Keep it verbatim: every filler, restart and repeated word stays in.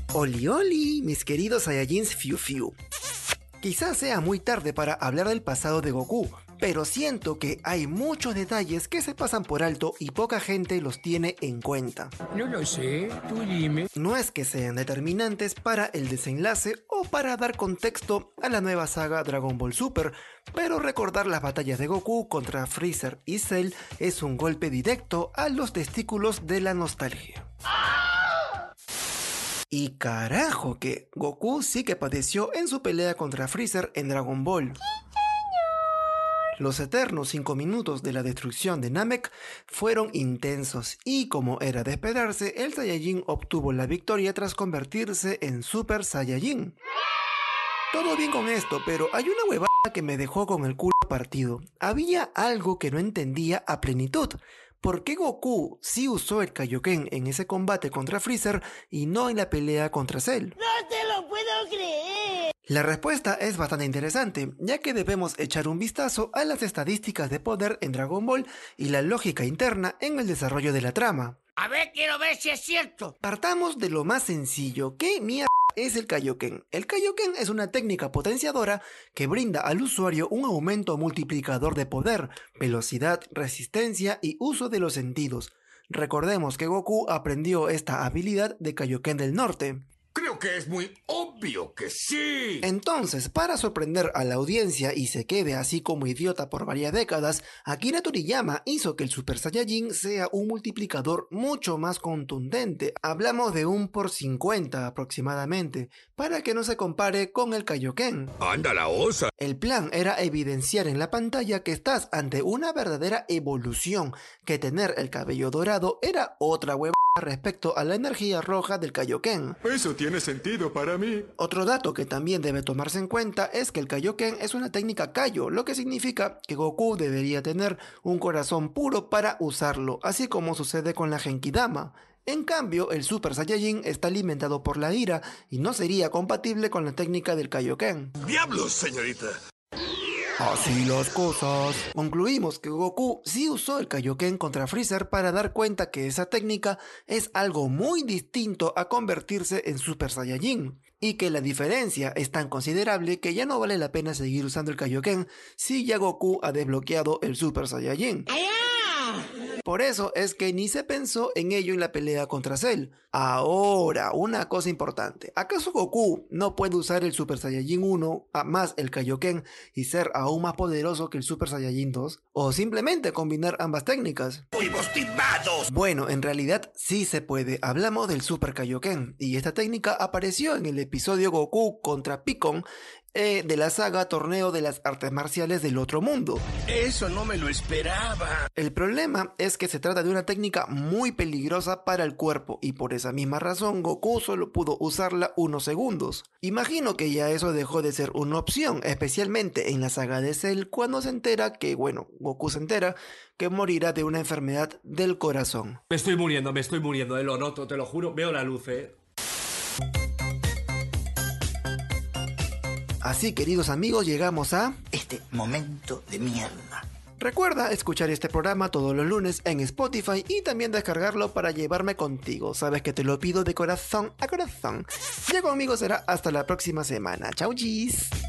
Oli oli, mis queridos Saiyajins Fiu Fiu. Quizás sea muy tarde para hablar del pasado de Goku, pero siento que hay muchos detalles que se pasan por alto y poca gente los tiene en cuenta. No lo sé, tú dime. No es que sean determinantes para el desenlace o para dar contexto a la nueva saga Dragon Ball Super, pero recordar las batallas de Goku contra Freezer y Cell es un golpe directo a los testículos de la nostalgia. Y carajo que Goku sí que padeció en su pelea contra Freezer en Dragon Ball. Los eternos cinco minutos de la destrucción de Namek fueron intensos y, como era de esperarse, el Saiyajin obtuvo la victoria tras convertirse en Super Saiyajin. Todo bien con esto, pero hay una huevada que me dejó con el culo partido. Había algo que no entendía a plenitud. ¿Por qué Goku sí usó el Kaioken en ese combate contra Freezer y no en la pelea contra Cell? ¡No te lo puedo creer! La respuesta es bastante interesante, ya que debemos echar un vistazo a las estadísticas de poder en Dragon Ball y la lógica interna en el desarrollo de la trama. A ver, quiero ver si es cierto. Partamos de lo más sencillo. ¿Qué mierda es el Kaioken? El Kaioken es una técnica potenciadora que brinda al usuario un aumento multiplicador de poder, velocidad, resistencia y uso de los sentidos. Recordemos que Goku aprendió esta habilidad de Kaioken del Norte. Creo que es muy obvio que sí. Entonces, para sorprender a la audiencia y se quede así como idiota por varias décadas, Akira Toriyama hizo que el Super Saiyajin sea un multiplicador mucho más contundente. Hablamos de un por cincuenta aproximadamente, para que no se compare con el Kaioken. ¡Anda la osa! El plan era evidenciar en la pantalla que estás ante una verdadera evolución, que tener el cabello dorado era otra hueva respecto a la energía roja del Kaioken. Eso tiene sentido para mí. Otro dato que también debe tomarse en cuenta es que el Kaioken es una técnica Kaio, lo que significa que Goku debería tener un corazón puro para usarlo, así como sucede con la Genkidama. En cambio, el Super Saiyajin está alimentado por la ira y no sería compatible con la técnica del Kaioken. ¡Diablos, señorita! Así las cosas. Concluimos que Goku sí usó el Kaioken contra Freezer para dar cuenta que esa técnica es algo muy distinto a convertirse en Super Saiyajin, y que la diferencia es tan considerable que ya no vale la pena seguir usando el Kaioken si ya Goku ha desbloqueado el Super Saiyajin. Por eso es que ni se pensó en ello en la pelea contra Cell. Ahora, una cosa importante. ¿Acaso Goku no puede usar el Super Saiyajin uno a más el Kaioken y ser aún más poderoso que el Super Saiyajin dos? ¿O simplemente combinar ambas técnicas? ¡Fuimos timados! Bueno, en realidad sí se puede. Hablamos del Super Kaioken y esta técnica apareció en el episodio Goku contra Piccon eh, de la saga Torneo de las Artes Marciales del Otro Mundo. Eso no me lo esperaba. El problema es que se trata de una técnica muy peligrosa para el cuerpo y por esa misma razón Goku solo pudo usarla unos segundos. Imagino que ya eso dejó de ser una opción, especialmente en la saga de Cell cuando se entera que, bueno, Goku se entera que morirá de una enfermedad del corazón. Me estoy muriendo, me estoy muriendo, eh, lo noto, te lo juro, veo la luz, eh. Así, queridos amigos, llegamos a Este momento de mierda. Recuerda escuchar este programa todos los lunes en Spotify y también descargarlo para llevarme contigo. Sabes que te lo pido de corazón a corazón. Ya conmigo será hasta la próxima semana. Chau, chis.